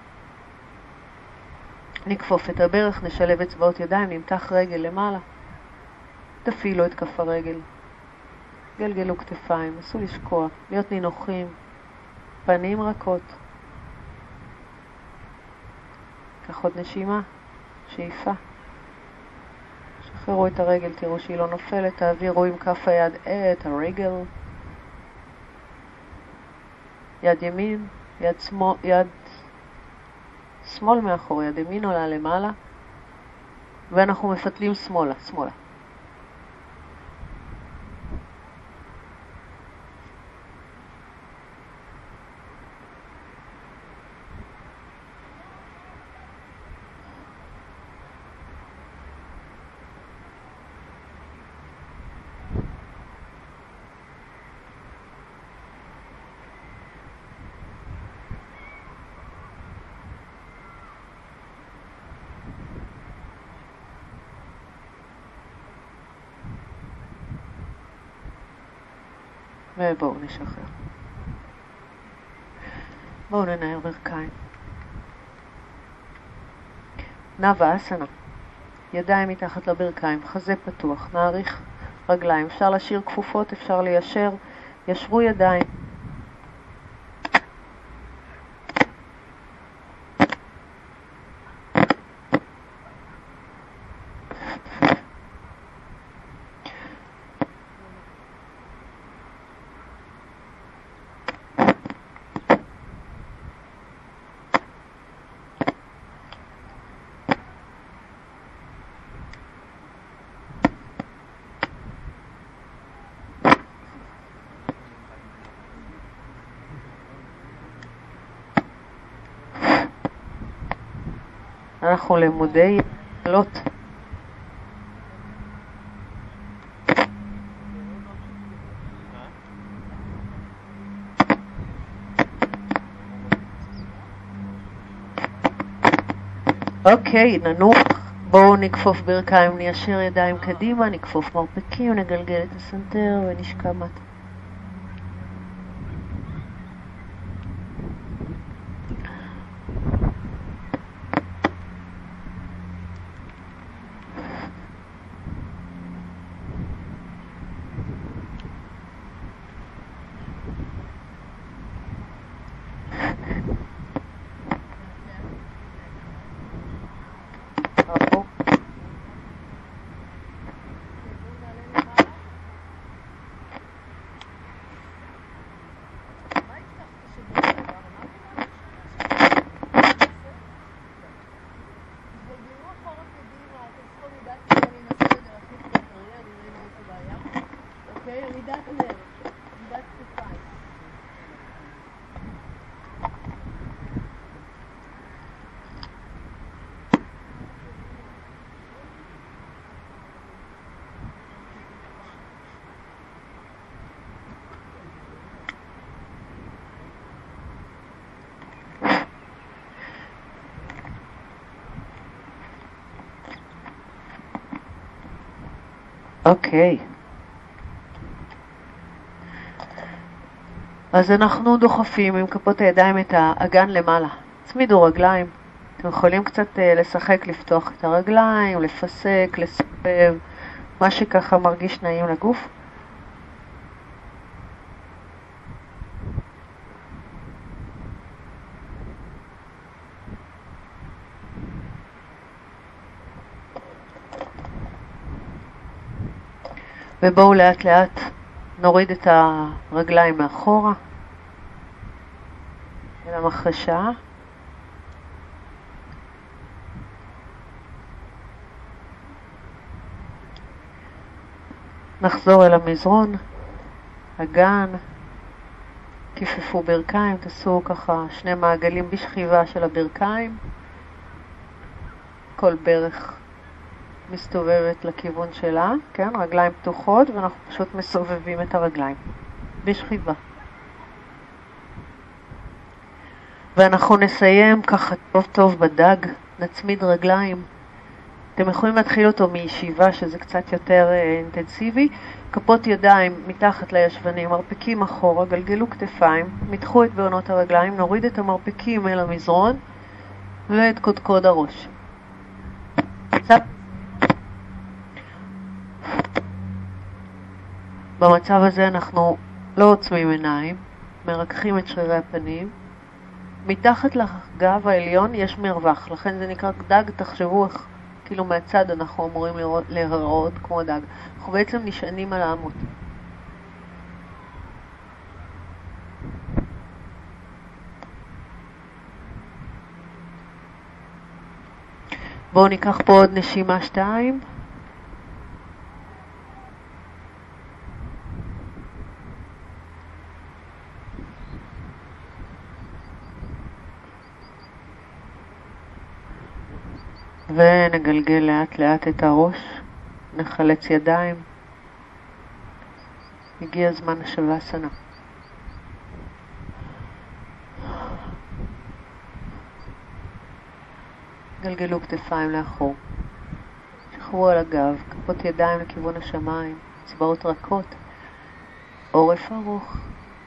נכפוף את הברך, נשלב אצבעות ידיים, נמתח רגל למעלה. תפעילו את כף הרגל. גלגלו כתפיים, נסו לשקוע, להיות נינוחים. פנים רכות. קח עוד נשימה. שאיפה. שחררו את הרגל, תראו שהיא לא נופלת, תעבירו עם כף היד את הרגל. יד ימין, יד שמאל, יד שמאל מאחור, יד ימין עולה למעלה, ואנחנו מפתלים שמאלה, שמאלה. ובואו נשחרר. בואו ננער ברכיים. נאווה אסנה. ידיים מתחת לברכיים, חזה פתוח, נעריך רגליים. אפשר להשאיר כפופות, אפשר ליישר. ישרו ידיים. אנחנו למודי עלות. אוקיי, ננוח. בואו נכפוף ברכיים, ניישר ידיים קדימה, נכפוף מרפקים, נגלגל את הסנטר ונשקע מטה. אוקיי. אז אנחנו דוחפים עם כפות הידיים את האגן למעלה. צמידו רגליים. אתם יכולים קצת לשחק, לפתוח את הרגליים, לפסק, לסובב, מה שככה מרגיש נעים לגוף. ובואו לאט לאט נוריד את הרגליים מאחורה אל המחרשה. נחזור אל המזרון, אגן, כיפפו ברכיים, תעשו ככה שני מעגלים בשכיבה של הברכיים. כל ברך מסתובבת לכיוון שלה, כן, רגליים פתוחות, ואנחנו פשוט מסובבים את הרגליים בשכיבה. ואנחנו נסיים ככה טוב טוב בדג, נצמיד רגליים. אתם יכולים להתחיל אותו מישיבה, שזה קצת יותר אה, אינטנסיבי. כפות ידיים מתחת לישבנים, מרפקים אחורה, גלגלו כתפיים, מתחו את בעונות הרגליים, נוריד את המרפקים אל המזרון ואת קודקוד הראש. מצב... במצב הזה אנחנו לא עוצמים עיניים, מרככים את שרירי הפנים. מתחת לגב העליון יש מרווח, לכן זה נקרא דג. תחשבו איך כאילו מהצד אנחנו אמורים לראות, להיראות כמו דג. אנחנו בעצם נשענים על העמוד. בואו ניקח פה עוד נשימה שתיים. ונגלגל לאט לאט את הראש, נחלץ ידיים. הגיע זמן השבאסנה. גלגלו כתפיים לאחור. שחררו על הגב, כפות ידיים לכיוון השמיים, אצבעות רכות. עורף ארוך.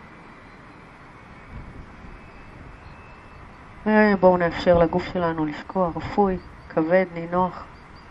ובואו נאפשר לגוף שלנו לשקוע רפוי, כבד, נינוח.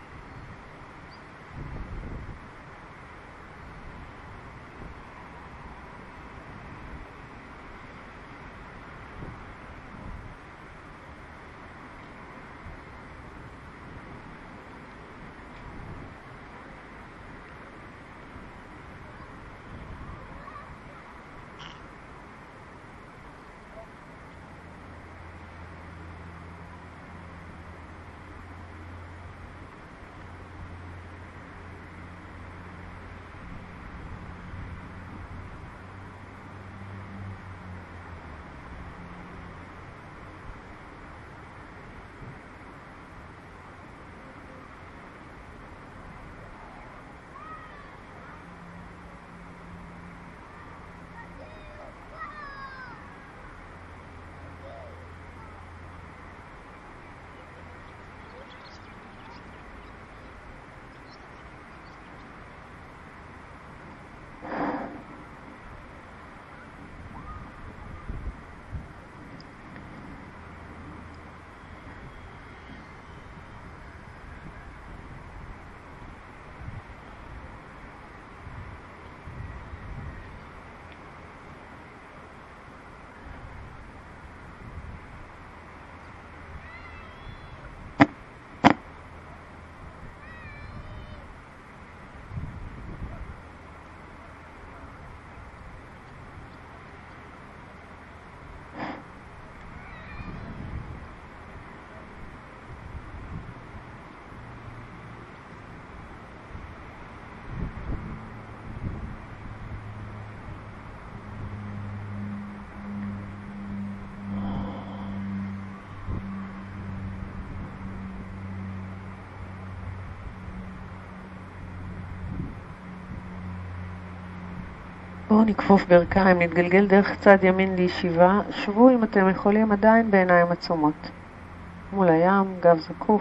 בואו נכפוף ברכיים, נתגלגל דרך צד ימין לישיבה. שבו אם אתם יכולים עדיין בעיניים עצומות. מול הים, גב זקוף.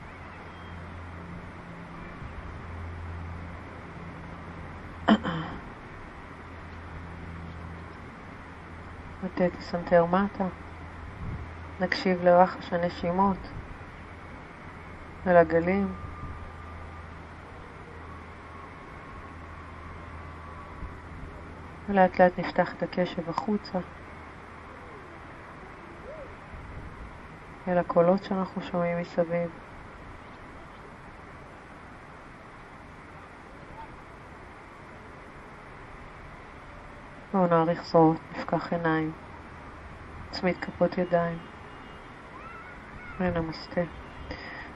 נתת סנטר מטה. נקשיב לרחש הנשימות. ולגלים. ולאט לאט נפתח את הקשב החוצה אל הקולות שאנחנו שומעים מסביב. בואו נעריך זרועות, נפקח עיניים, נצמיד כפות ידיים ונמסטה.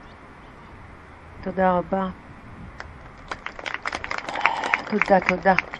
תודה רבה. תודה, תודה.